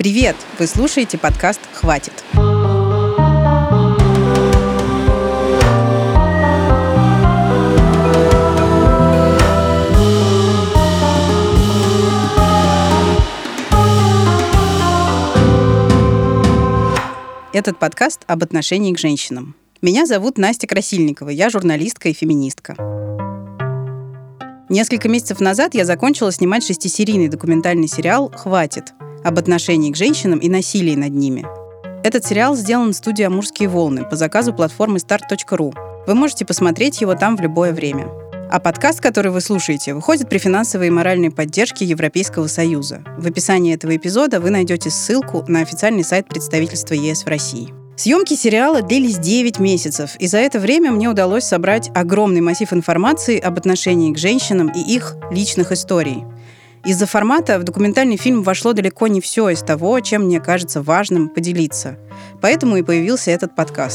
Привет! Вы слушаете подкаст «Хватит». Этот подкаст об отношении к женщинам. Меня зовут Настя Красильникова, я журналистка и феминистка. Несколько месяцев назад я закончила снимать 6-серийный документальный сериал «Хватит» об отношении к женщинам и насилии над ними. Этот сериал сделан студией «Амурские волны» по заказу платформы start.ru. Вы можете посмотреть его там в любое время. А подкаст, который вы слушаете, выходит при финансовой и моральной поддержке Европейского Союза. В описании этого эпизода вы найдете ссылку на официальный сайт представительства ЕС в России. Съемки сериала длились 9 месяцев, и за это время мне удалось собрать огромный массив информации об отношении к женщинам и их личных историй. Из-за формата в документальный фильм вошло далеко не все из того, чем мне кажется важным поделиться. Поэтому и появился этот подкаст.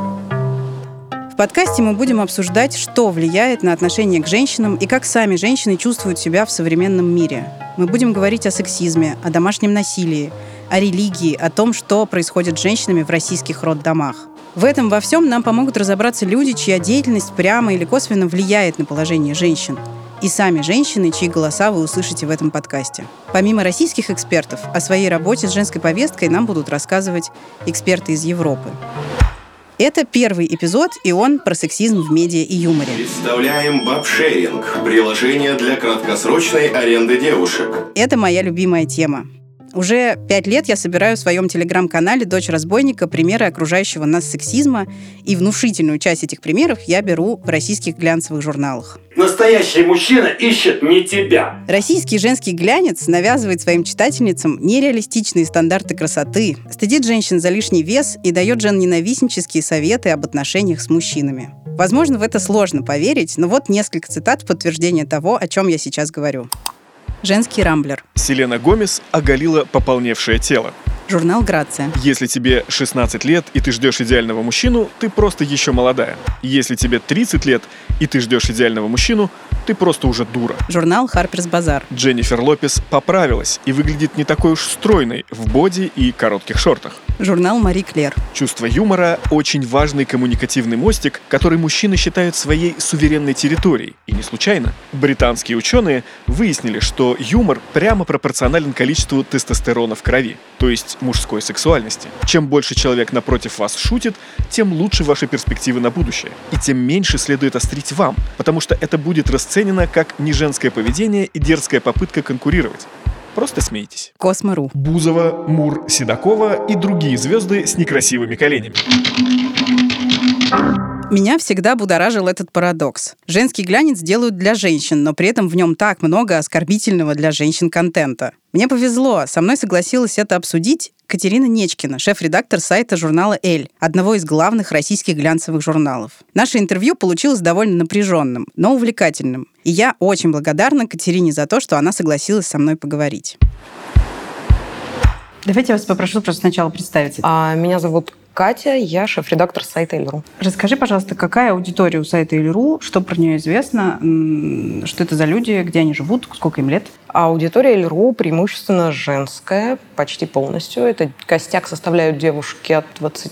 В подкасте мы будем обсуждать, что влияет на отношение к женщинам и как сами женщины чувствуют себя в современном мире. Мы будем говорить о сексизме, о домашнем насилии, о религии, о том, что происходит с женщинами в российских роддомах. В этом во всем нам помогут разобраться люди, чья деятельность прямо или косвенно влияет на положение женщин. И сами женщины, чьи голоса вы услышите в этом подкасте. Помимо российских экспертов, о своей работе с женской повесткой нам будут рассказывать эксперты из Европы. Это первый эпизод, и он про сексизм в медиа и юморе. Представляем бабшеринг – приложение для краткосрочной аренды девушек. Это моя любимая тема. Уже 5 лет я собираю в своем телеграм-канале «Дочь разбойника» примеры окружающего нас сексизма, и внушительную часть этих примеров я беру в российских глянцевых журналах. Настоящий мужчина ищет не тебя. Российский женский глянец навязывает своим читательницам нереалистичные стандарты красоты, стыдит женщин за лишний вес и дает женоненавистнические советы об отношениях с мужчинами. Возможно, в это сложно поверить, но вот несколько цитат в подтверждение того, о чем я сейчас говорю. Женский рамблер. Селена Гомес оголила пополневшее тело. Журнал «Грация». Если тебе 16 лет и ты ждешь идеального мужчину, ты просто еще молодая. Если тебе 30 лет и ты ждешь идеального мужчину, ты просто уже дура. Журнал «Харперс Базар». Дженнифер Лопес поправилась и выглядит не такой уж стройной в боди и коротких шортах. Журнал «Мари Клер». Чувство юмора – очень важный коммуникативный мостик, который мужчины считают своей суверенной территорией. И не случайно. Британские ученые выяснили, что юмор прямо пропорционален количеству тестостерона в крови, то есть мужской сексуальности. Чем больше человек напротив вас шутит, тем лучше ваши перспективы на будущее. И тем меньше следует острить вам, потому что это будет расценено как неженское поведение и дерзкая попытка конкурировать. Просто смейтесь. Космо.ру. Бузова, Мур, Седокова и другие звезды с некрасивыми коленями. Меня всегда будоражил этот парадокс. Женский глянец делают для женщин, но при этом в нем так много оскорбительного для женщин контента. Мне повезло, со мной согласилась это обсудить Катерина Нечкина, шеф-редактор сайта журнала «Эль», одного из главных российских глянцевых журналов. Наше интервью получилось довольно напряженным, но увлекательным. И я очень благодарна Катерине за то, что она согласилась со мной поговорить. Давайте я вас попрошу просто сначала представиться. Меня зовут Катя, я шеф-редактор сайта Эль.ру. Расскажи, пожалуйста, какая аудитория у сайта Эль.ру, что про нее известно, что это за люди, где они живут, сколько им лет? Аудитория Эль.ру преимущественно женская, почти полностью. Это костяк составляют девушки от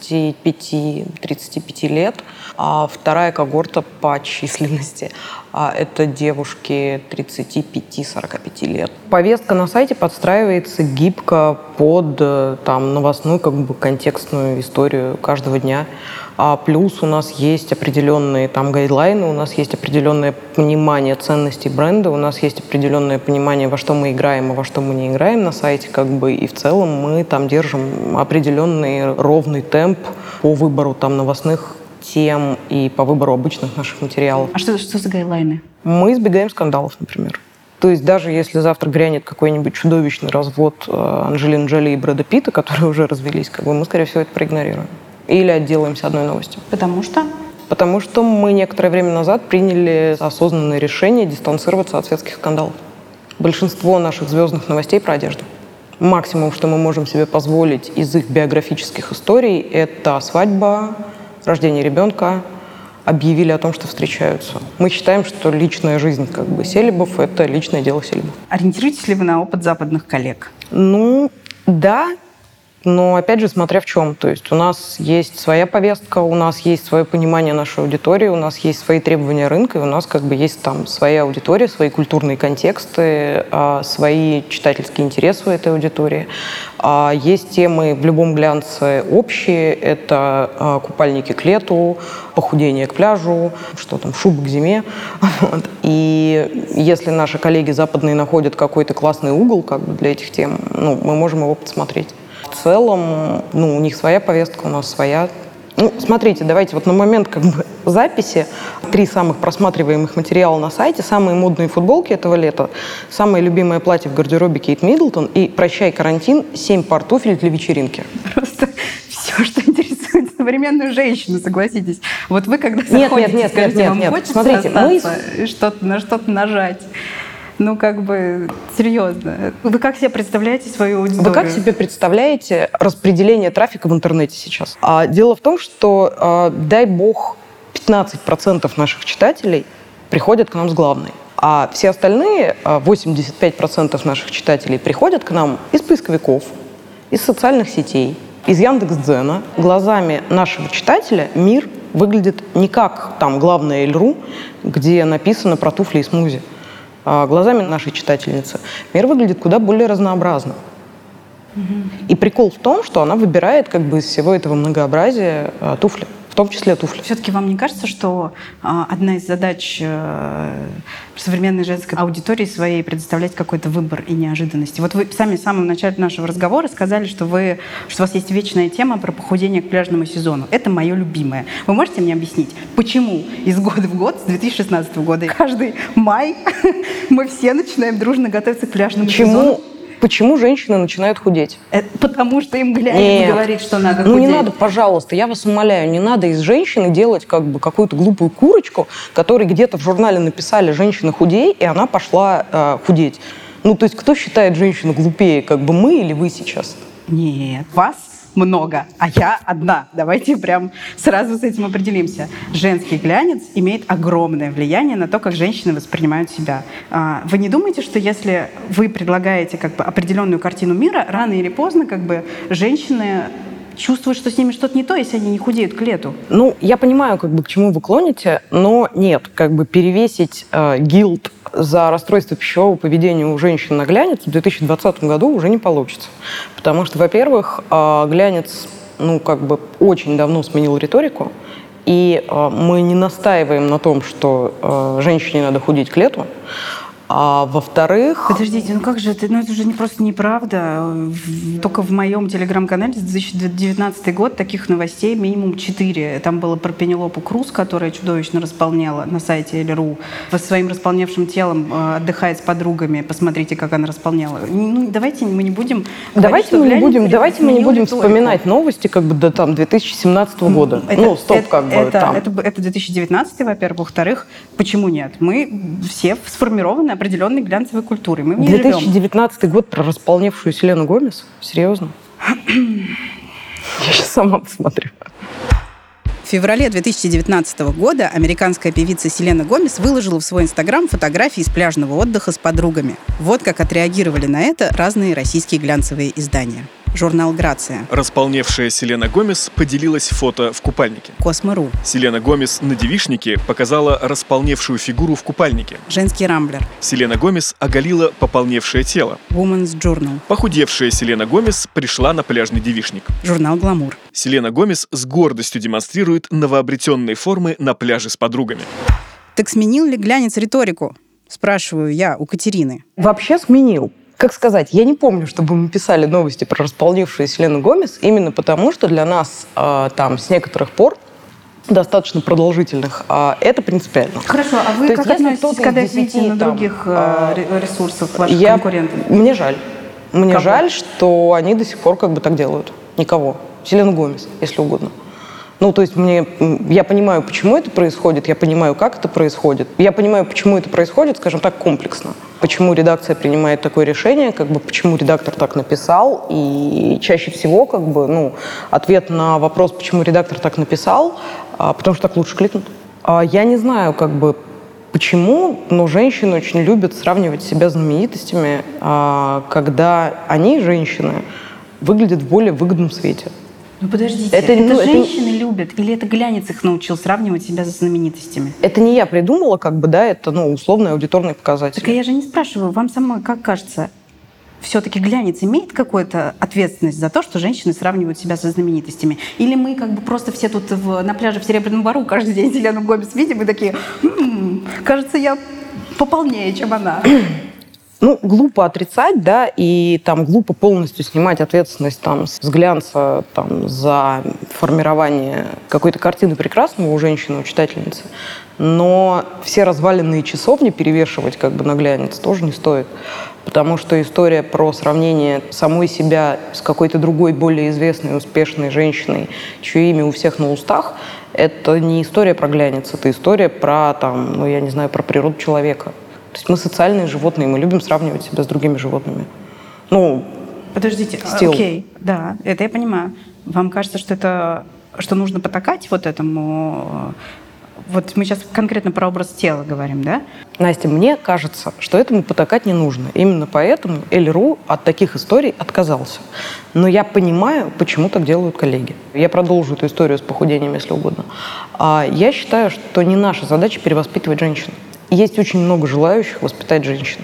25-35 лет, а вторая когорта по численности это девушки 35-45 лет. Повестка на сайте подстраивается гибко под новостную контекстную историю каждого дня. Плюс у нас есть определенные гайдлайны, у нас есть определенное понимание ценностей бренда, у нас есть определенное понимание, во что мы играем, а во что мы не играем на сайте, и в целом мы там держим определенный ровный темп по выбору новостных тем и по выбору обычных наших материалов. А что за гайдлайны? Мы избегаем скандалов, например. То есть даже если завтра грянет какой-нибудь чудовищный развод Анджелины Джоли и Брэда Питта, которые уже развелись, мы, скорее всего, это проигнорируем. Или отделаемся одной новостью. Потому что? Потому что мы некоторое время назад приняли осознанное решение дистанцироваться от светских скандалов. Большинство наших звездных новостей про одежду. Максимум, что мы можем себе позволить из их биографических историй, это свадьба, рождение ребенка, объявили о том, что встречаются. Мы считаем, что личная жизнь селебов – это личное дело селебов. Ориентируетесь ли вы на опыт западных коллег? Да Но, опять же, смотря в чем. То есть у нас есть своя повестка, у нас есть свое понимание нашей аудитории, у нас есть свои требования рынка, и у нас как бы есть там своя аудитория, свои культурные контексты, свои читательские интересы у этой аудитории. Есть темы в любом глянце общие. Это купальники к лету, похудение к пляжу, что там, шубы к зиме. Вот. И если наши коллеги западные находят какой-то классный угол как бы для этих тем, ну, мы можем его посмотреть. В целом, ну, у них своя повестка, у нас своя. Ну, смотрите, давайте вот на момент как бы записи 3 самых просматриваемых материала на сайте, самые модные футболки этого лета, самое любимое платье в гардеробе Кейт Миддлтон и «Прощай, карантин» 7 пар туфель для вечеринки. Просто все, что интересует современную женщину, согласитесь. Вот вы когда заходите, скажите, вам хочется остаться, на что-то нажать? Ну, как бы, серьезно. Вы как себе представляете свою аудиторию? Вы как себе представляете распределение трафика в интернете сейчас? Дело в том, что, дай бог, 15% наших читателей приходят к нам с главной. А все остальные, 85% наших читателей, приходят к нам из поисковиков, из социальных сетей, из Яндекс.Дзена. Глазами нашего читателя мир выглядит не как там главное Эльру, где написано про туфли и смузи. Глазами нашей читательницы мир выглядит куда более разнообразно. И прикол в том, что она выбирает как бы из всего этого многообразия туфли, в том числе туфли. Все-таки вам не кажется, что одна из задач современной женской аудитории своей предоставлять какой-то выбор и неожиданности? Вот вы сами в самом начале нашего разговора сказали, что у вас есть вечная тема про похудение к пляжному сезону. Это мое любимое. Вы можете мне объяснить, почему из года в год, с 2016 года, каждый май мы все начинаем дружно готовиться к пляжному сезону? Почему женщины начинают худеть? Потому что им глянец говорит, что надо худеть. Ну не надо, пожалуйста, я вас умоляю, не надо из женщины делать как бы какую-то глупую курочку, которой где-то в журнале написали «женщина худей», и она пошла худеть. Ну то есть кто считает женщину глупее, как бы мы или вы сейчас? Нет, вас много, а я одна. Давайте прям сразу с этим определимся. Женский глянец имеет огромное влияние на то, как женщины воспринимают себя. Вы не думаете, что если вы предлагаете как бы определенную картину мира, рано или поздно как бы женщины чувствуют, что с ними что-то не то, если они не худеют к лету? Ну, я понимаю, как бы к чему вы клоните, но нет, как бы перевесить гилд за расстройство пищевого поведения у женщин на глянец в 2020 году уже не получится. Потому что, во-первых, глянец, ну, как бы очень давно сменил риторику, и мы не настаиваем на том, что женщине надо худеть к лету. А во-вторых... Подождите, ну как же это? Ну это же просто неправда. Только в моем телеграм-канале за 2019 год таких новостей минимум 4. Там было про Пенелопу Круз, которая чудовищно располняла на сайте Эльру. По своим располневшим телом отдыхает с подругами. Посмотрите, как она располняла. Ну, давайте мы не будем... Давайте мы не будем вспоминать новости как бы до там 2017 года. Это 2019, во-первых. Во-вторых, почему нет? Мы все сформированы определенной глянцевой культурой. Мы в ней 2019 год про располневшую Селену Гомес? Серьезно? Я сейчас сама посмотрю. В феврале 2019 года американская певица Селена Гомес выложила в свой инстаграм фотографии из пляжного отдыха с подругами. Вот как отреагировали на это разные российские глянцевые издания. Журнал «Грация». Располневшая Селена Гомес поделилась фото в купальнике. Космо.ру. Селена Гомес на девичнике показала располневшую фигуру в купальнике. Женский рамблер. Селена Гомес оголила пополневшее тело. Woman's Journal. Похудевшая Селена Гомес пришла на пляжный девичник. Журнал «Гламур». Селена Гомес с гордостью демонстрирует новообретенные формы на пляже с подругами. Так сменил ли глянец риторику? Спрашиваю я у Катерины. Вообще сменил. Как сказать, я не помню, чтобы мы писали новости про располневшую Селену Гомес, именно потому, что для нас там с некоторых пор, достаточно продолжительных, это принципиально. Хорошо, а вы как относитесь, когда видите на других ресурсах ваших конкурентов? Мне жаль. Мне жаль, что они до сих пор как бы так делают. Никого. Селену Гомес, если угодно. Ну, то есть я понимаю, почему это происходит, я понимаю, как это происходит. Я понимаю, почему это происходит, скажем так, комплексно. Почему редакция принимает такое решение, как бы, почему редактор так написал. И чаще всего как бы, ответ на вопрос, почему редактор так написал, потому что так лучше кликнут. Я не знаю, как бы, почему, но женщины очень любят сравнивать себя с знаменитостями, когда они, женщины, выглядит в более выгодном свете. Ну подождите, это женщины любят? Или это глянец их научил сравнивать себя с знаменитостями? Это не я придумала, это условный аудиторный показатель. Так я же не спрашиваю, вам самой как кажется, все-таки глянец имеет какую-то ответственность за то, что женщины сравнивают себя со знаменитостями? Или мы просто все тут на пляже в Серебряном Бару каждый день Селену Гомес видим и такие, кажется, я пополнее, чем она. Глупо отрицать, да, и глупо полностью снимать ответственность с глянца за формирование какой-то картины прекрасного у женщины, у читательницы. Но все разваленные часовни перевешивать на глянец тоже не стоит. Потому что история про сравнение самой себя с какой-то другой, более известной, успешной женщиной, чье имя у всех на устах, это не история про глянец, это история про, про природу человека. То есть мы социальные животные, мы любим сравнивать себя с другими животными. Подождите, окей, да, это я понимаю. Вам кажется, что нужно потакать этому? Вот мы сейчас конкретно про образ тела говорим, да? Настя, мне кажется, что этому потакать не нужно. Именно поэтому Эль.ру от таких историй отказался. Но я понимаю, почему так делают коллеги. Я продолжу эту историю с похудением, если угодно. Я считаю, что не наша задача перевоспитывать женщин. Есть очень много желающих воспитать женщин.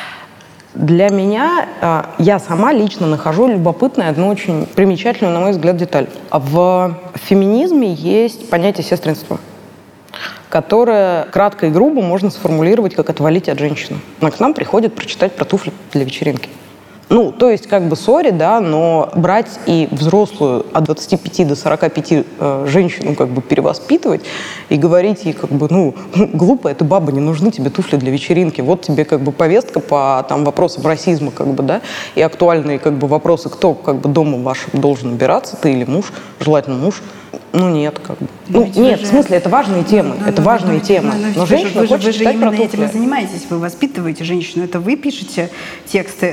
Для меня, я сама лично нахожу любопытной одну очень примечательную, на мой взгляд, деталь. В феминизме есть понятие сестринства, которое кратко и грубо можно сформулировать как «отвалить от женщины». Она к нам приходит прочитать про туфли для вечеринки. То есть, сори, да, но брать и взрослую от 25 до 45 женщину перевоспитывать и говорить ей глупая ты баба, не нужны тебе туфли для вечеринки, вот тебе повестка по вопросам расизма, да, и актуальные вопросы, кто дома вашим должен убираться, ты или муж, желательно муж. Нет, нет, в смысле, это важные темы, важные темы. Но женщина хочет читать про туфли. Вы же именно этим и занимаетесь, вы воспитываете женщину. Это вы пишете тексты,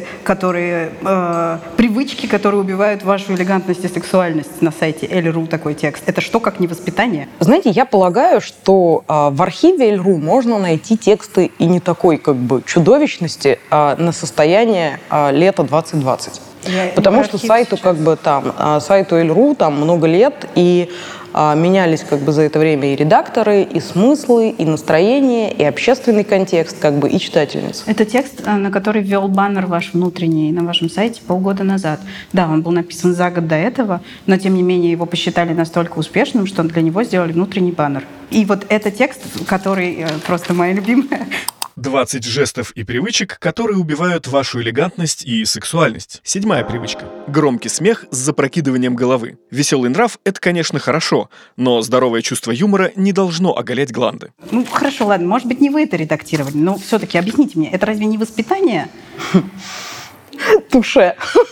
привычки, которые убивают вашу элегантность и сексуальность на сайте Эль.ру такой текст. Это что, как не воспитание? Знаете, я полагаю, что в архиве Эль.ру можно найти тексты и не такой чудовищности на состояние лета 2020. Потому что сайту сайту Эль.ру много лет, и менялись за это время и редакторы, и смыслы, и настроение, и общественный контекст, и читательница. Это текст, на который ввел баннер ваш внутренний на вашем сайте полгода назад. Да, он был написан за год до этого, но тем не менее его посчитали настолько успешным, что для него сделали внутренний баннер. И это текст, который просто моя любимая. 20 жестов и привычек, которые убивают вашу элегантность и сексуальность. 7-я привычка. Громкий смех с запрокидыванием головы. Веселый нрав — это, конечно, хорошо, но здоровое чувство юмора не должно оголять гланды. Хорошо, ладно, может быть, не вы это редактировали, но все-таки объясните мне, это разве не воспитание? Туше.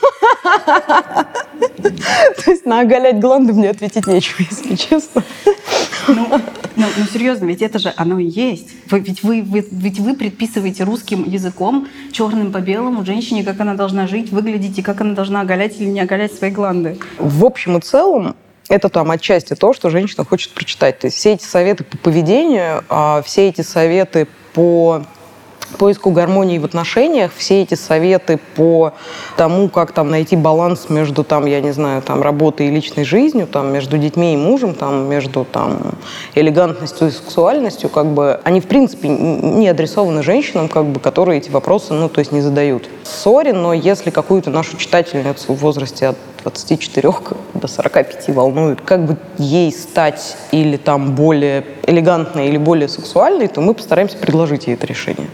То есть на оголять гланды мне ответить нечего, если честно. Серьезно, ведь это же оно и есть. Ведь вы предписываете русским языком, черным по белому, женщине, как она должна жить, выглядеть, и как она должна оголять или не оголять свои гланды. В общем и целом, это отчасти то, что женщина хочет прочитать. То есть все эти советы по поведению, все эти советы по поиску гармонии в отношениях, все эти советы по тому, как найти баланс между работой и личной жизнью, между детьми и мужем, между элегантностью и сексуальностью, они в принципе не адресованы женщинам, которые эти вопросы, не задают. Сори, но если какую-то нашу читательницу в возрасте от 24 до 45 волнует, как бы ей стать или более элегантной или более сексуальной, то мы постараемся предложить ей это решение.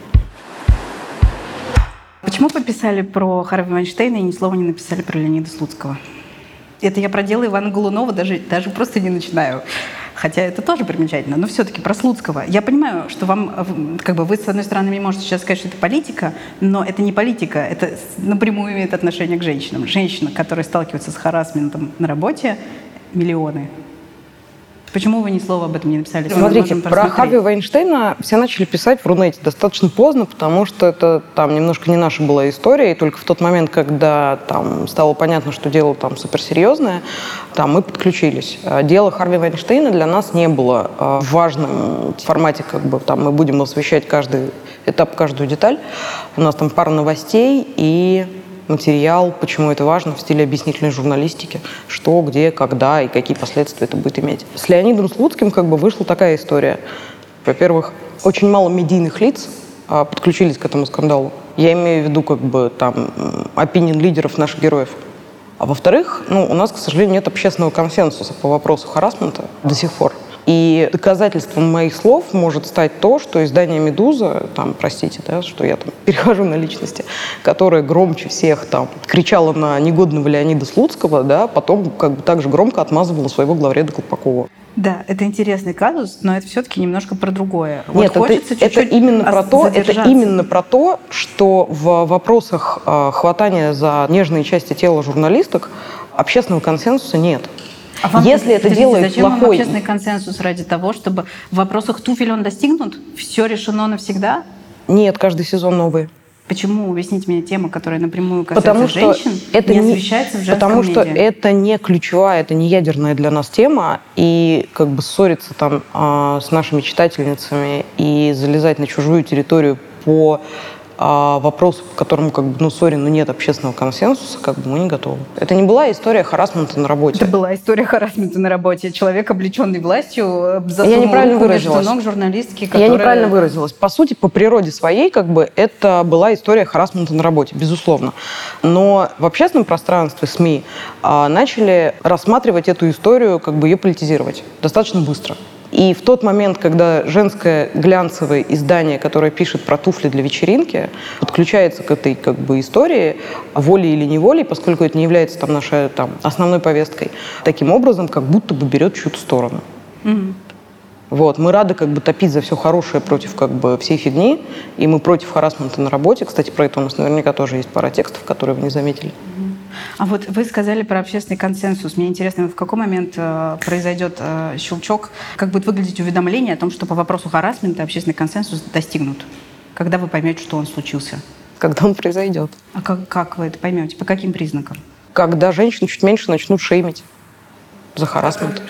Почему пописали про Харви Вайнштейна и ни слова не написали про Леонида Слуцкого? Это я про дело Ивана Голунова даже просто не начинаю. Хотя это тоже примечательно, но все-таки про Слуцкого. Я понимаю, что вам, вы, с одной стороны, мне можете сейчас сказать, что это политика, но это не политика, это напрямую имеет отношение к женщинам. Женщины, которые сталкиваются с харассментом на работе, миллионы. Почему вы ни слова об этом не написали? Смотрите, про Харви Вайнштейна все начали писать в Рунете достаточно поздно, потому что это немножко не наша была история, и только в тот момент, когда стало понятно, что дело суперсерьезное, мы подключились. Дело Харви Вайнштейна для нас не было важным в формате, мы будем освещать каждый этап, каждую деталь. У нас пара новостей и материал, почему это важно в стиле объяснительной журналистики, что, где, когда и какие последствия это будет иметь. С Леонидом Слуцким как бы вышла такая история. Во-первых, очень мало медийных лиц подключились к этому скандалу. Я имею в виду как бы там opinion лидеров наших героев. А во-вторых, у нас, к сожалению, нет общественного консенсуса по вопросу харассмента до сих пор. И доказательством моих слов может стать то, что издание «Медуза», простите, да, что я перехожу на личности, которое громче всех кричало на негодного Леонида Слуцкого, да, потом как бы так же громко отмазывало своего главреда Колпакова. Да, это интересный казус, но это все-таки немножко про другое. Нет, это именно про то, что в вопросах хватания за нежные части тела журналисток общественного консенсуса нет. Если это делает зачем плохой... вам общественный консенсус ради того, чтобы в вопросах туфель он достигнут? Все решено навсегда? Нет, каждый сезон новые. Почему? Объясните мне тему, которая напрямую касается женщин, это не освещается в женском Потому что медиа. это не ключевая, это не ядерная для нас тема, и как бы ссориться с нашими читательницами и залезать на чужую территорию по вопросу, по которому нет общественного консенсуса, мы не готовы. Это не была история харассмента на работе. Это была история харассмента на работе. Человек, облеченный властью, засунул руку между ног журналистки, которая... Я неправильно выразилась. По сути, по природе своей, это была история харассмента на работе, безусловно. Но в общественном пространстве СМИ начали рассматривать эту историю, ее политизировать достаточно быстро. И в тот момент, когда женское глянцевое издание, которое пишет про туфли для вечеринки, подключается к этой истории, волей или неволей, поскольку это не является нашей основной повесткой, таким образом как будто бы берет чью-то сторону. Mm-hmm. Мы рады топить за все хорошее против всей фигни, и мы против харассмента на работе. Кстати, про это у нас наверняка тоже есть пара текстов, которые вы не заметили. Mm-hmm. А вы сказали про общественный консенсус. Мне интересно, в какой момент произойдет щелчок, как будет выглядеть уведомление о том, что по вопросу харассмента общественный консенсус достигнут? Когда вы поймете, что он случился? Когда он произойдет. А как вы это поймете? По каким признакам? Когда женщин чуть меньше начнут шеймить за харассмент.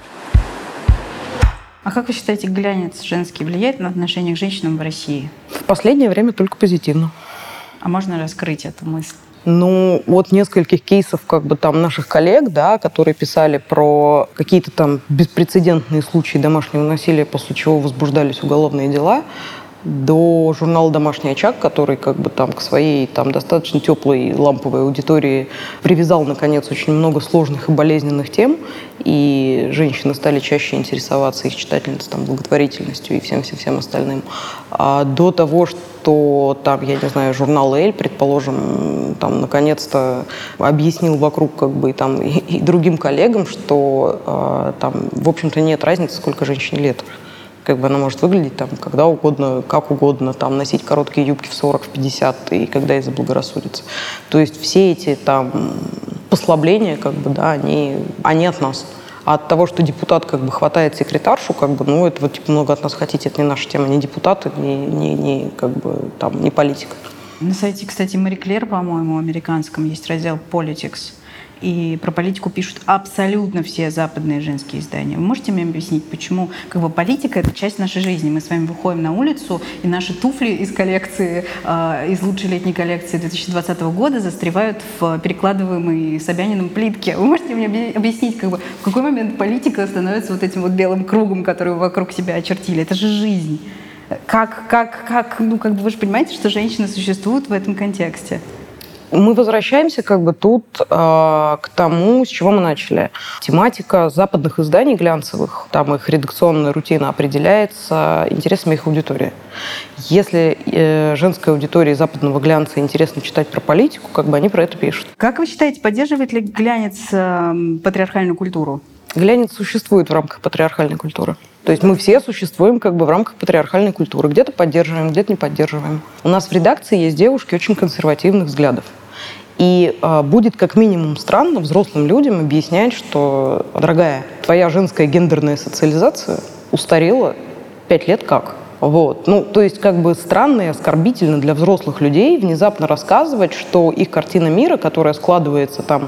А как вы считаете, глянец женский влияет на отношение к женщинам в России? В последнее время только позитивно. А можно раскрыть эту мысль? Нескольких кейсов наших коллег, да, которые писали про какие-то беспрецедентные случаи домашнего насилия, после чего возбуждались уголовные дела, до журнала «Домашний очаг», который к своей достаточно теплой ламповой аудитории привязал, наконец, очень много сложных и болезненных тем, и женщины стали чаще интересоваться, их читательницы, благотворительностью и всем остальным. До того, что журнал «Эль», предположим, наконец-то объяснил вокруг и другим коллегам, что в общем-то нет разницы, сколько женщине лет. Она может выглядеть когда угодно, как угодно, носить короткие юбки в 40, в 50, и когда ей заблагорассудится. То есть все эти послабления, они от нас. А от того, что депутат хватает секретаршу, это много от нас хотите, это не наша тема, не депутаты, не политика. На сайте, кстати, Мари Клэр, по-моему, американском, есть раздел «Politics». И про политику пишут абсолютно все западные женские издания. Вы можете мне объяснить, почему политика — это часть нашей жизни? Мы с вами выходим на улицу, и наши туфли из коллекции, из лучшей летней коллекции 2020 года застревают в перекладываемой Собяниным плитке. Вы можете мне объяснить, в какой момент политика становится этим белым кругом, который вы вокруг себя очертили? Это же жизнь. Вы же понимаете, что женщины существуют в этом контексте? Мы возвращаемся тут к тому, с чего мы начали. Тематика западных изданий глянцевых, их редакционная рутина определяется интересами их аудитории. Если женской аудитории западного глянца интересно читать про политику, они про это пишут. Как вы считаете, поддерживает ли глянец патриархальную культуру? Глянец существует в рамках патриархальной культуры. То есть мы все существуем в рамках патриархальной культуры. Где-то поддерживаем, где-то не поддерживаем. У нас в редакции есть девушки очень консервативных взглядов. И будет как минимум странно взрослым людям объяснять, что, дорогая, твоя женская гендерная социализация устарела 5 лет как? То есть странно и оскорбительно для взрослых людей внезапно рассказывать, что их картина мира, которая складывается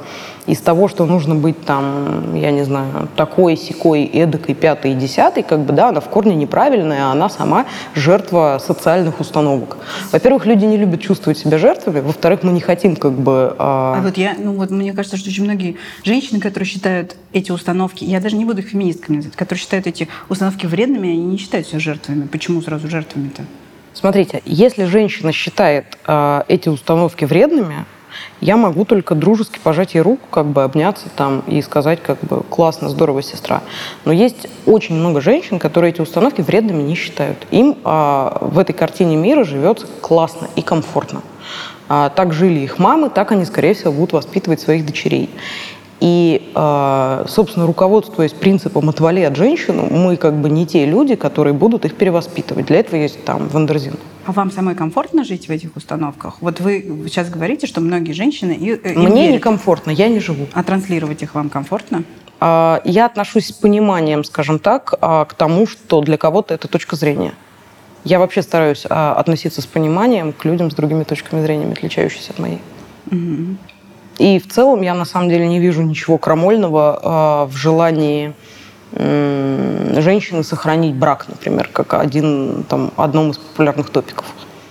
из того, что нужно быть там, я не знаю, такой, сякой, эдакой, пятой и десятой, как бы, да, она в корне неправильная, а она сама жертва социальных установок. Во-первых, люди не любят чувствовать себя жертвами, во-вторых, мы не хотим как бы... Мне кажется, что очень многие женщины, которые считают эти установки, я даже не буду их феминистками называть, которые считают эти установки вредными, они не считают себя жертвами. Почему сразу жертвами-то? Смотрите, если женщина считает эти установки вредными, я могу только дружески пожать ей руку, как бы обняться там и сказать, как бы, классно, здорово, сестра. Но есть очень много женщин, которые эти установки вредными не считают. Им в этой картине мира живется классно и комфортно. Так жили их мамы, так они, скорее всего, будут воспитывать своих дочерей. И, собственно, руководствуясь принципом «отвали от женщины», мы как бы не те люди, которые будут их перевоспитывать. Для этого есть там Вандерзин. А вам самой комфортно жить в этих установках? Вот вы сейчас говорите, что многие женщины... Мне некомфортно, я не живу. А транслировать их вам комфортно? Я отношусь с пониманием, скажем так, к тому, что для кого-то это точка зрения. Я вообще стараюсь относиться с пониманием к людям с другими точками зрения, отличающимися от моей. Угу. И в целом я на самом деле не вижу ничего крамольного в желании женщины сохранить брак, например, как одном из популярных топиков.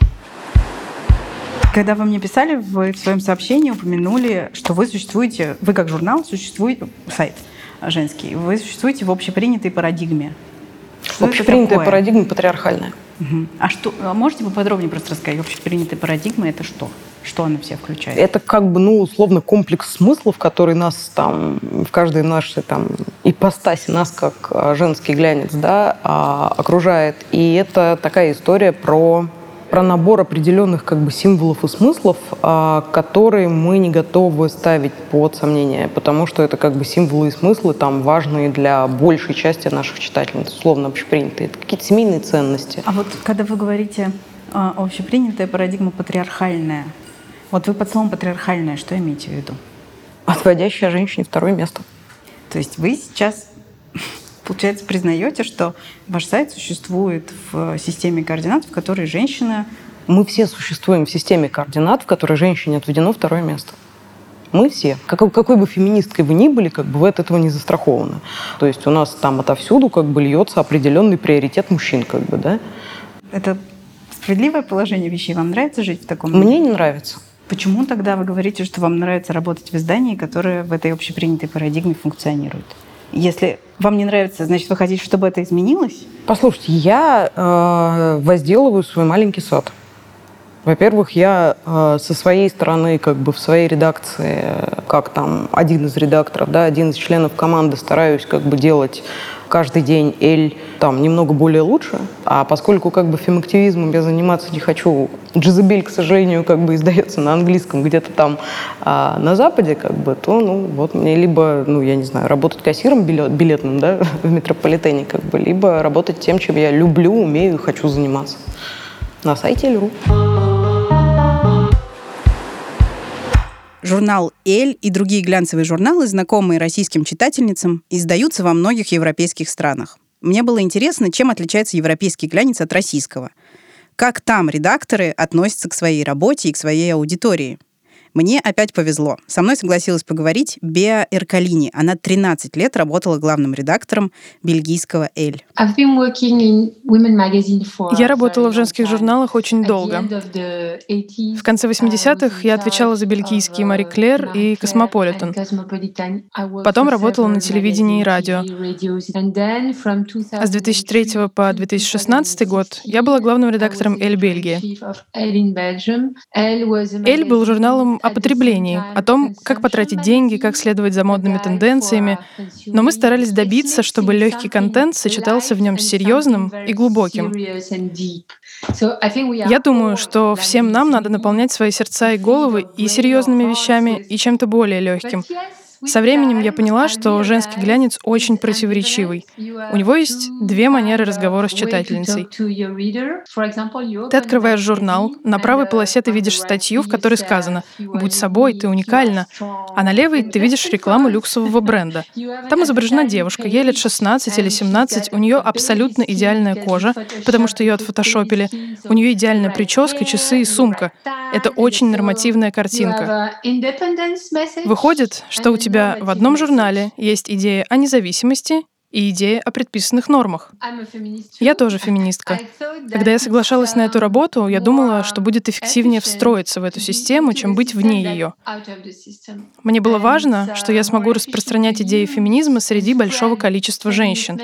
Когда вы мне писали, вы в своем сообщении упомянули, что вы существуете, вы как журнал существуете, сайт женский, вы существуете в общепринятой парадигме. Общепринятая парадигма патриархальная. Угу. А можете поподробнее просто рассказать, общепринятая парадигма — это что? Что она в себя включает? Это как бы, условно, комплекс смыслов, который нас там, в каждой нашей там ипостаси, нас как женский глянец, да, окружает. И это такая история про набор определенных как бы символов и смыслов, которые мы не готовы ставить под сомнение, потому что это как бы символы и смыслы там важные для большей части наших читательниц, условно общепринятые. Это какие-то семейные ценности. А вот когда вы говорите общепринятая парадигма патриархальная, вот вы под словом патриархальная что имеете в виду? Отводящая женщине второе место. То есть вы сейчас, получается, признаете, что ваш сайт существует в системе координат, в которой женщина... Мы все существуем в системе координат, в которой женщине отведено второе место. Мы все. Какой бы феминисткой вы ни были, как бы вы от этого не застрахованы. То есть у нас там отовсюду как бы льется определенный приоритет мужчин, как бы, да. Это справедливое положение вещей? Вам нравится жить в таком? Мне не нравится. Почему тогда вы говорите, что вам нравится работать в издании, которое в этой общепринятой парадигме функционирует? Если вам не нравится, значит, вы хотите, чтобы это изменилось? Послушайте, я возделываю свой маленький сад. Во-первых, я со своей стороны, как бы в своей редакции, как там один из редакторов, да, один из членов команды, стараюсь как бы делать каждый день Эль там немного более лучше. А поскольку как бы фемактивизмом я заниматься не хочу, Джезабель, к сожалению, как бы издается на английском где-то там на Западе, как бы, то, вот мне либо, я не знаю, работать кассиром билетным, да, в метрополитене, как бы, либо работать тем, чем я люблю, умею и хочу заниматься. На сайте Эль.ру. Журнал «Эль» и другие глянцевые журналы, знакомые российским читательницам, издаются во многих европейских странах. Мне было интересно, чем отличается европейский глянец от российского. Как там редакторы относятся к своей работе и к своей аудитории. Мне опять повезло. Со мной согласилась поговорить Беа Эркалини. Она 13 лет работала главным редактором бельгийского «Эль». Я работала в женских журналах очень долго. В конце 80-х я отвечала за бельгийские «Мари Клэр» и «Космополитен». Потом работала на телевидении и радио. А с 2003 по 2016 год я была главным редактором «Эль» Бельгии. «Эль» был журналом о потреблении, о том, как потратить деньги, как следовать за модными тенденциями. Но мы старались добиться, чтобы легкий контент сочетался в нем с серьезным и глубоким. Я думаю, что всем нам надо наполнять свои сердца и головы и серьезными вещами, и чем-то более легким. Со временем я поняла, что женский глянец очень противоречивый. У него есть две манеры разговора с читательницей. Ты открываешь журнал, на правой полосе ты видишь статью, в которой сказано «Будь собой, ты уникальна», а на левой ты видишь рекламу люксового бренда. Там изображена девушка, ей лет 16 или 17, у нее абсолютно идеальная кожа, потому что ее отфотошопили, у нее идеальная прическа, часы и сумка. Это очень нормативная картинка. Выходит, что у тебя в одном журнале есть идея о независимости и идея о предписанных нормах. Я тоже феминистка. Когда я соглашалась на эту работу, я думала, что будет эффективнее встроиться в эту систему, чем быть вне ее. Мне было важно, что я смогу распространять идеи феминизма среди большого количества женщин.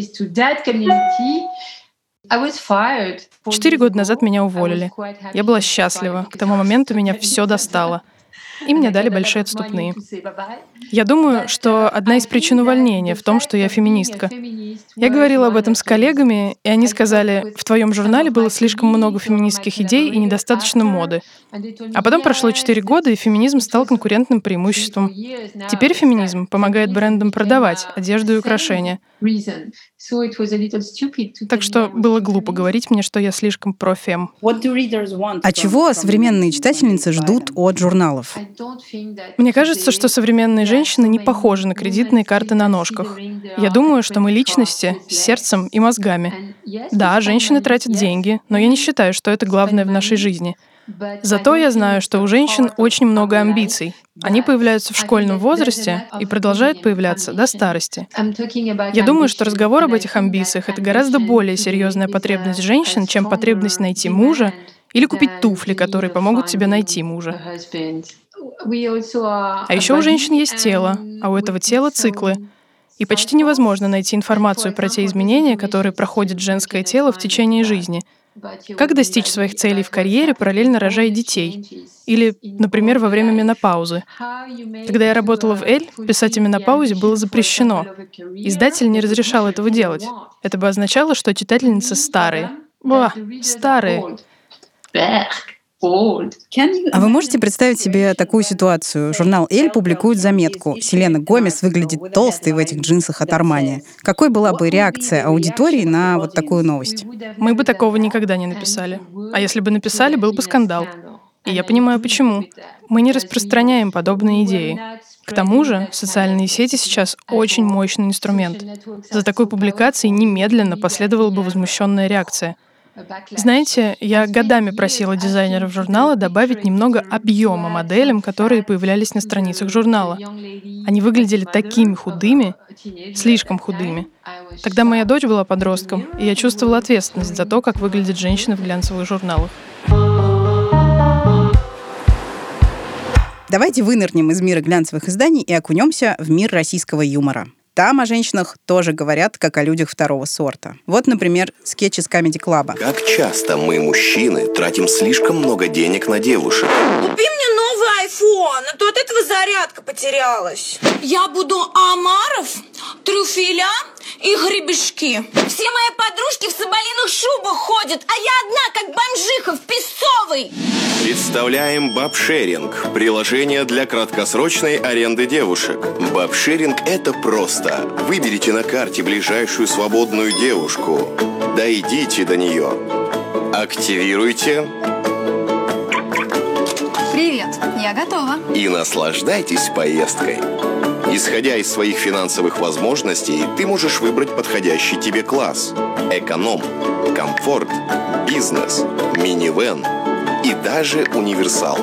4 года назад меня уволили. Я была счастлива. К тому моменту меня все достало. И мне дали большие отступные. Я думаю, что одна из причин увольнения в том, что я феминистка. Я говорила об этом с коллегами, и они сказали, в твоем журнале было слишком много феминистских идей и недостаточно моды. А потом прошло 4 года, и феминизм стал конкурентным преимуществом. Теперь феминизм помогает брендам продавать одежду и украшения. Так что было глупо говорить мне, что я слишком профем. А чего современные читательницы ждут от журналов? Мне кажется, что современные женщины не похожи на кредитные карты на ножках. Я думаю, что мы личности с сердцем и мозгами. Да, женщины тратят деньги, но я не считаю, что это главное в нашей жизни. Зато я знаю, что у женщин очень много амбиций. Они появляются в школьном возрасте и продолжают появляться до старости. Я думаю, что разговор об этих амбициях — это гораздо более серьезная потребность женщин, чем потребность найти мужа или купить туфли, которые помогут тебе найти мужа. А еще у женщин есть тело, а у этого тела циклы. И почти невозможно найти информацию про те изменения, которые проходит женское тело в течение жизни. Как достичь своих целей в карьере, параллельно рожая детей? Или, например, во время менопаузы. Когда я работала в «Эль», писать о менопаузе было запрещено. Издатель не разрешал этого делать. Это бы означало, что читательницы старые. Старые. А вы можете представить себе такую ситуацию? Журнал «Эль» публикует заметку: «Селена Гомес выглядит толстой в этих джинсах от Армани». Какой была бы реакция аудитории на вот такую новость? Мы бы такого никогда не написали. А если бы написали, был бы скандал. И я понимаю, почему. Мы не распространяем подобные идеи. К тому же, социальные сети сейчас очень мощный инструмент. За такой публикацией немедленно последовала бы возмущенная реакция. Знаете, я годами просила дизайнеров журнала добавить немного объема моделям, которые появлялись на страницах журнала. Они выглядели такими худыми, слишком худыми. Тогда моя дочь была подростком, и я чувствовала ответственность за то, как выглядят женщины в глянцевых журналах. Давайте вынырнем из мира глянцевых изданий и окунемся в мир российского юмора. Там о женщинах тоже говорят, как о людях второго сорта. Вот, например, скетч из Comedy Club. Как часто мы, мужчины, тратим слишком много денег на девушек? Купи мне новый айфон, а то от этого зарядка потерялась. Я буду омаров, трюфеля и гребешки. Все мои подружки в соболиных шубах ходят, а я одна, как бомжиха в Песцовой. Представляем бабшеринг – приложение для краткосрочной аренды девушек. Бабшеринг – это просто. Выберите на карте ближайшую свободную девушку. Дойдите до нее. Активируйте. Привет, я готова. И наслаждайтесь поездкой. Исходя из своих финансовых возможностей, ты можешь выбрать подходящий тебе класс. Эконом, комфорт, бизнес, минивэн и даже универсал.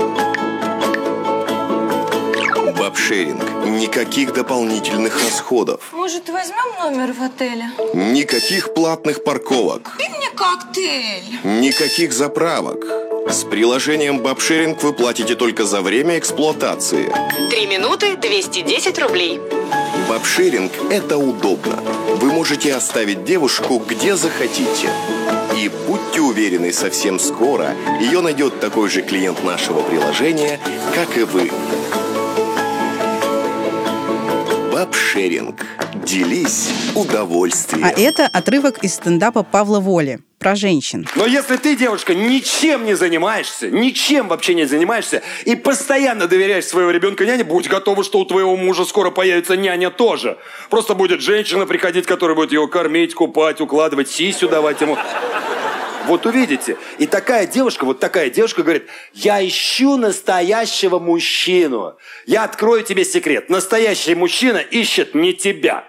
Бабшеринг. Никаких дополнительных расходов. Может, возьмем номер в отеле? Никаких платных парковок. Купи мне коктейль. Никаких заправок. С приложением Бабшеринг вы платите только за время эксплуатации. 3 минуты 210 рублей. Бабшеринг – это удобно. Вы можете оставить девушку где захотите. И будьте уверены, совсем скоро ее найдет такой же клиент нашего приложения, как и вы. Бабшеринг. Бабшеринг. Делись удовольствием. А это отрывок из стендапа Павла Воли про женщин. Но если ты, девушка, ничем не занимаешься, ничем вообще не занимаешься и постоянно доверяешь своего ребенка няне, будь готова, что у твоего мужа скоро появится няня тоже. Просто будет женщина приходить, которая будет его кормить, купать, укладывать, сисю давать ему. Вот увидите. И такая девушка говорит: я ищу настоящего мужчину. Я открою тебе секрет. Настоящий мужчина ищет не тебя.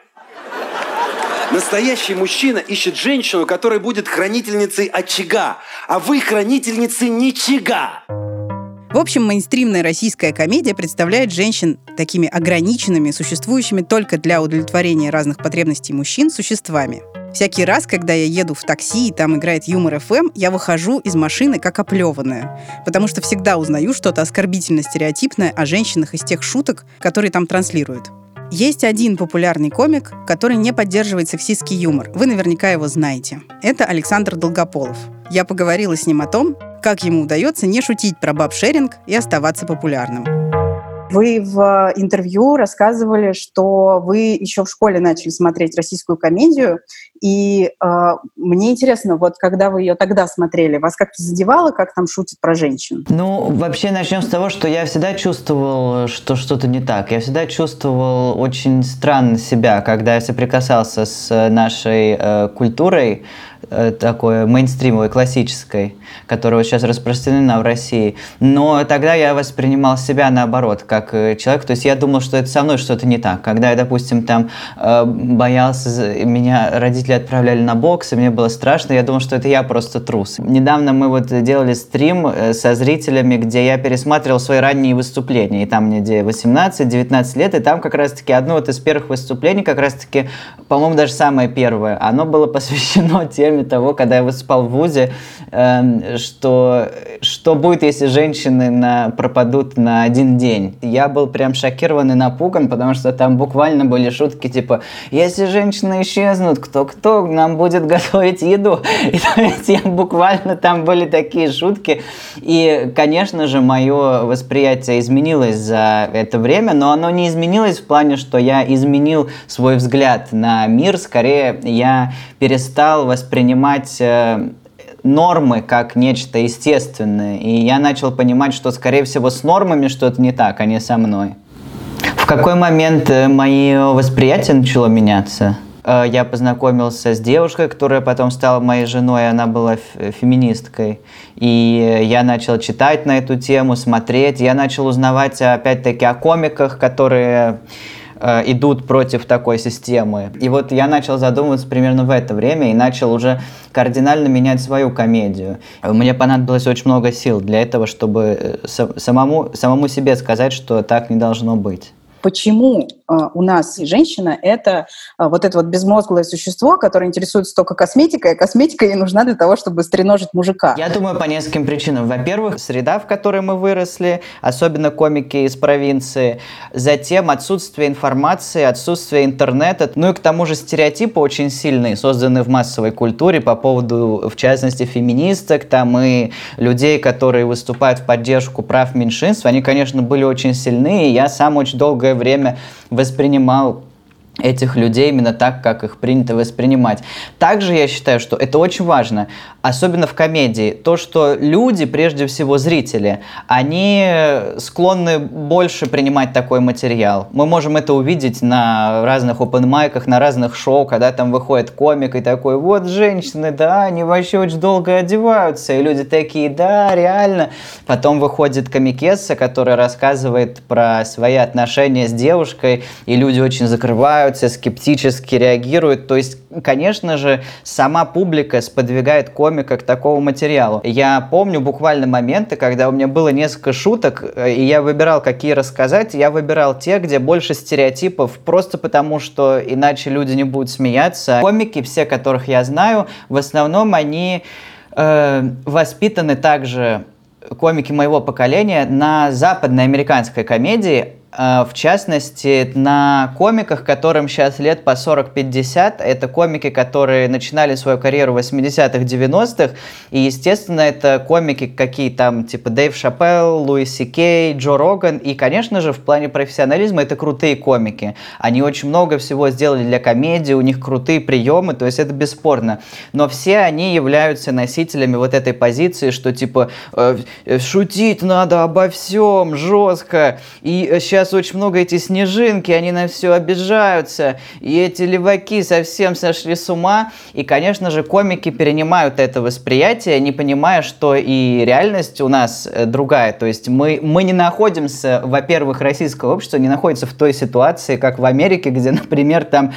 Настоящий мужчина ищет женщину, которая будет хранительницей очага, а вы хранительницы ничего. В общем, мейнстримная российская комедия представляет женщин такими ограниченными, существующими только для удовлетворения разных потребностей мужчин существами. Всякий раз, когда я еду в такси, и там играет Юмор ФМ, я выхожу из машины как оплеванная, потому что всегда узнаю что-то оскорбительно-стереотипное о женщинах из тех шуток, которые там транслируют. Есть один популярный комик, который не поддерживает сексистский юмор. Вы наверняка его знаете. Это Александр Долгополов. Я поговорила с ним о том, как ему удается не шутить про бабшеринг и оставаться популярным. Вы в интервью рассказывали, что вы еще в школе начали смотреть российскую комедию, и мне интересно, вот когда вы ее тогда смотрели, вас как-то задевало, как там шутят про женщин? Ну, вообще начнем с того, что я всегда чувствовал, что что-то не так. Я всегда чувствовал очень странно себя, когда я соприкасался с нашей культурой, такой мейнстримовой, классической, которая сейчас распространена в России. Но тогда я воспринимал себя наоборот, как человек. То есть я думал, что это со мной что-то не так. Когда я, допустим, там боялся, меня родители отправляли на бокс, и мне было страшно, я думал, что это я просто трус. Недавно мы вот делали стрим со зрителями, где я пересматривал свои ранние выступления. И там мне 18-19 лет, и там как раз-таки одно вот из первых выступлений, как раз-таки, по-моему, даже самое первое, оно было посвящено теме того, когда я выступал в ВУЗе, что будет, если женщины пропадут на один день. Я был прям шокирован и напуган, потому что там буквально были шутки типа: если женщины исчезнут, кто нам будет готовить еду? И то есть буквально там были такие шутки. И, конечно же, мое восприятие изменилось за это время, но оно не изменилось в плане, что я изменил свой взгляд на мир. Скорее, я перестал воспринимать нормы как нечто естественное. И я начал понимать, что, скорее всего, с нормами что-то не так, а не со мной. В какой момент мое восприятие начало меняться? Я познакомился с девушкой, которая потом стала моей женой, она была феминисткой. И я начал читать на эту тему, смотреть. Я начал узнавать, опять-таки, о комиках, которые идут против такой системы. И вот я начал задумываться примерно в это время и начал уже кардинально менять свою комедию. Мне понадобилось очень много сил для этого, чтобы самому себе сказать, что так не должно быть. Почему у нас женщина — это вот это вот безмозглое существо, которое интересуется только косметикой, а косметика ей нужна для того, чтобы стреножить мужика? Я думаю, по нескольким причинам. Во-первых, среда, в которой мы выросли, особенно комики из провинции. Затем отсутствие информации, отсутствие интернета. Ну и к тому же стереотипы очень сильные, созданные в массовой культуре по поводу, в частности, феминисток там и людей, которые выступают в поддержку прав меньшинств. Они, конечно, были очень сильны, и я сам очень долгое время воспринимал этих людей именно так, как их принято воспринимать. Также я считаю, что это очень важно, особенно в комедии, то, что люди, прежде всего зрители, они склонны больше принимать такой материал. Мы можем это увидеть на разных опен-майках, на разных шоу, когда там выходит комик и такой: вот женщины, да, они вообще очень долго одеваются, и люди такие: да, реально. Потом выходит комикесса, которая рассказывает про свои отношения с девушкой, и люди очень закрываются, скептически реагируют. То есть, конечно же, сама публика сподвигает комика к такому материалу. Я помню буквально моменты, когда у меня было несколько шуток, и я выбирал, какие рассказать. Я выбирал те, где больше стереотипов, просто потому, что иначе люди не будут смеяться. Комики, все, которых я знаю, в основном они воспитаны также, комики моего поколения, на западной американской комедии. В частности, на комиках, которым сейчас лет по 40-50, это комики, которые начинали свою карьеру в 80-х, 90-х, и, естественно, это комики какие там, типа Дэйв Шапелл, Луи Си Кей, Джо Роган, и, конечно же, в плане профессионализма это крутые комики. Они очень много всего сделали для комедии, у них крутые приемы, то есть это бесспорно. Но все они являются носителями вот этой позиции, что, типа, шутить надо обо всем жестко, и сейчас очень много эти снежинки, они на все обижаются, и эти леваки совсем сошли с ума. И, конечно же, комики перенимают это восприятие, не понимая, что и реальность у нас другая. То есть мы не находимся, во-первых, российское общество не находится в той ситуации, как в Америке, где, например, там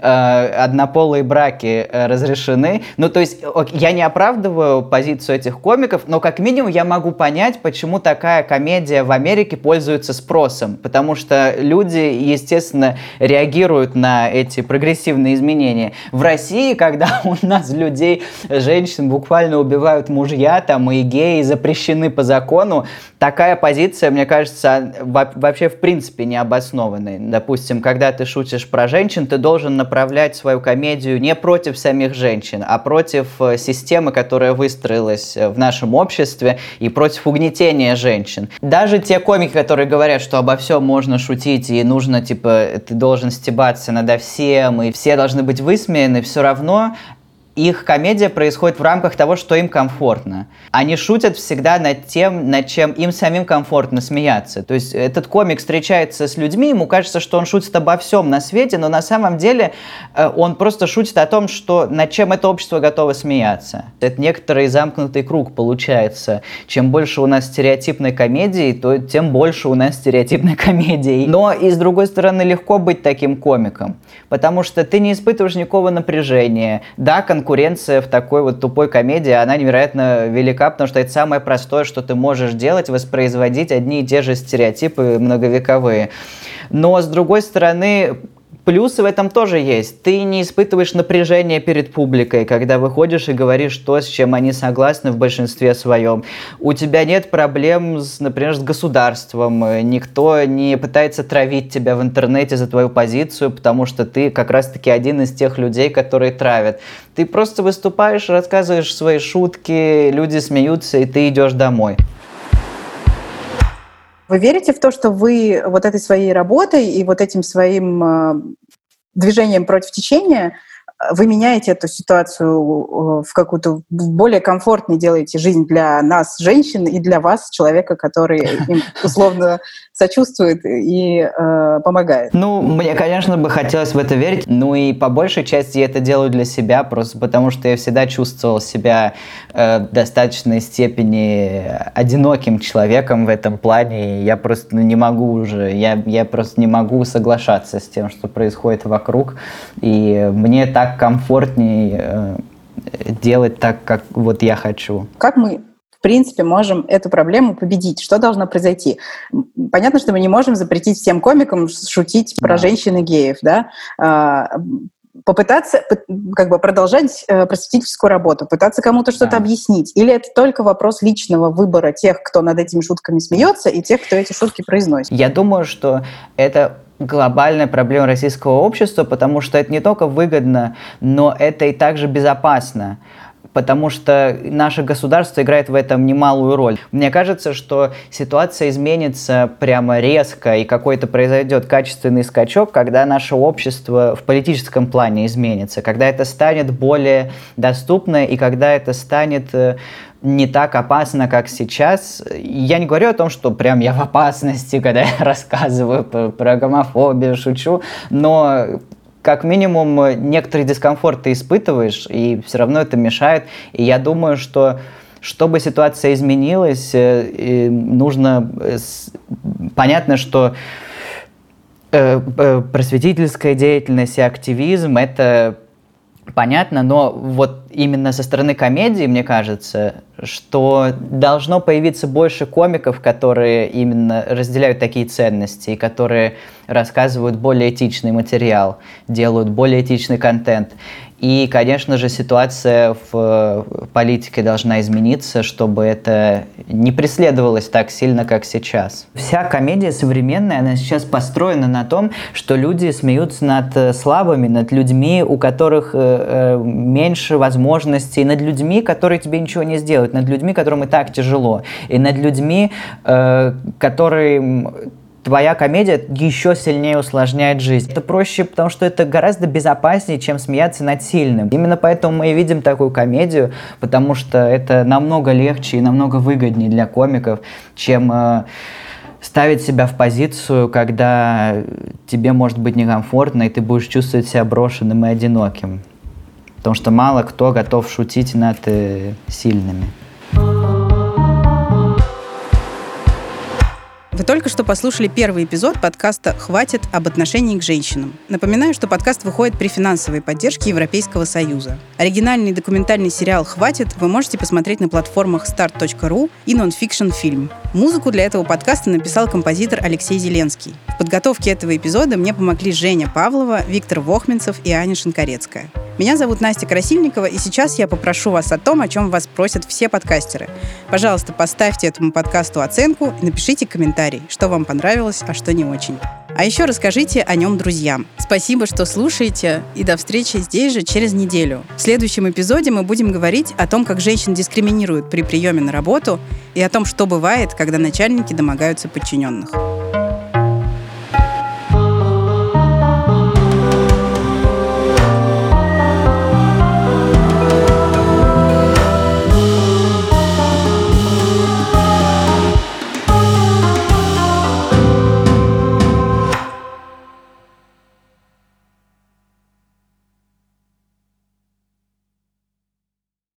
однополые браки разрешены. Ну, то есть я не оправдываю позицию этих комиков, но как минимум я могу понять, почему такая комедия в Америке пользуется спросом. Потому что люди, естественно, реагируют на эти прогрессивные изменения. В России, когда у нас людей, женщин буквально убивают мужья, там, и геи запрещены по закону, такая позиция, мне кажется, вообще в принципе необоснованной. Допустим, когда ты шутишь про женщин, ты должен направлять свою комедию не против самих женщин, а против системы, которая выстроилась в нашем обществе, и против угнетения женщин. Даже те комики, которые говорят, что обо всем можно шутить, и нужно, типа, ты должен стебаться надо всем, и все должны быть высмеяны, все равно их комедия происходит в рамках того, что им комфортно. Они шутят всегда над тем, над чем им самим комфортно смеяться. То есть этот комик встречается с людьми, ему кажется, что он шутит обо всем на свете, но на самом деле он просто шутит о том, что над чем это общество готово смеяться. Это некоторый замкнутый круг получается. Чем больше у нас стереотипной комедии, то тем больше у нас стереотипной комедии. Но и с другой стороны легко быть таким комиком, потому что ты не испытываешь никакого напряжения. Да, конкуренция в такой вот тупой комедии, она невероятно велика, потому что это самое простое, что ты можешь делать, воспроизводить одни и те же стереотипы многовековые. Но, с другой стороны, плюсы в этом тоже есть. Ты не испытываешь напряжения перед публикой, когда выходишь и говоришь то, с чем они согласны в большинстве своем. У тебя нет проблем, например, с государством. Никто не пытается травить тебя в интернете за твою позицию, потому что ты как раз-таки один из тех людей, которые травят. Ты просто выступаешь, рассказываешь свои шутки, люди смеются, и ты идешь домой. Вы верите в то, что вы вот этой своей работой и вот этим своим движением против течения вы меняете эту ситуацию в какую-то более комфортной, делаете жизнь для нас, женщин, и для вас, человека, который им условно сочувствует и помогает? Ну, мне, конечно, бы хотелось в это верить. Ну и по большей части я это делаю для себя, просто потому что я всегда чувствовал себя в достаточной степени одиноким человеком в этом плане. Я просто не могу уже, я просто не могу соглашаться с тем, что происходит вокруг. И мне так комфортнее делать так, как вот я хочу. Как мы, в принципе, можем эту проблему победить? Что должно произойти? Понятно, что мы не можем запретить всем комикам шутить про женщин и геев, да? Попытаться как бы продолжать просветительскую работу, пытаться кому-то что-то объяснить? Или это только вопрос личного выбора тех, кто над этими шутками смеется, и тех, кто эти шутки произносит? Я думаю, что это глобальная проблема российского общества, потому что это не только выгодно, но это и также безопасно. Потому что наше государство играет в этом немалую роль. Мне кажется, что ситуация изменится прямо резко, и какой-то произойдет качественный скачок, когда наше общество в политическом плане изменится, когда это станет более доступно, и когда это станет не так опасно, как сейчас. Я не говорю о том, что прям я в опасности, когда я рассказываю про гомофобию, шучу, но как минимум некоторый дискомфорт ты испытываешь, и все равно это мешает. И я думаю, что чтобы ситуация изменилась, нужно... Понятно, что просветительская деятельность и активизм — это понятно, но вот именно со стороны комедии, мне кажется, что должно появиться больше комиков, которые именно разделяют такие ценности и которые рассказывают более этичный материал, делают более этичный контент. И, конечно же, ситуация в политике должна измениться, чтобы это не преследовалось так сильно, как сейчас. Вся комедия современная, она сейчас построена на том, что люди смеются над слабыми, над людьми, у которых меньше возможностей, над людьми, которые тебе ничего не сделают, над людьми, которым и так тяжело, и над людьми, которые... Твоя комедия еще сильнее усложняет жизнь. Это проще, потому что это гораздо безопаснее, чем смеяться над сильным. Именно поэтому мы и видим такую комедию, потому что это намного легче и намного выгоднее для комиков, чем ставить себя в позицию, когда тебе может быть некомфортно, и ты будешь чувствовать себя брошенным и одиноким. Потому что мало кто готов шутить над сильными. Вы только что послушали первый эпизод подкаста «Хватит» об отношении к женщинам. Напоминаю, что подкаст выходит при финансовой поддержке Европейского Союза. Оригинальный документальный сериал «Хватит» вы можете посмотреть на платформах start.ru и Nonfiction Film. Музыку для этого подкаста написал композитор Алексей Зеленский. В подготовке этого эпизода мне помогли Женя Павлова, Виктор Вохменцев и Аня Шинкарецкая. Меня зовут Настя Красильникова, и сейчас я попрошу вас о том, о чем вас просят все подкастеры. Пожалуйста, поставьте этому подкасту оценку и напишите комментарий, что вам понравилось, а что не очень. А еще расскажите о нем друзьям. Спасибо, что слушаете, и до встречи здесь же через неделю. В следующем эпизоде мы будем говорить о том, как женщин дискриминируют при приеме на работу, и о том, что бывает, когда начальники домогаются подчиненных.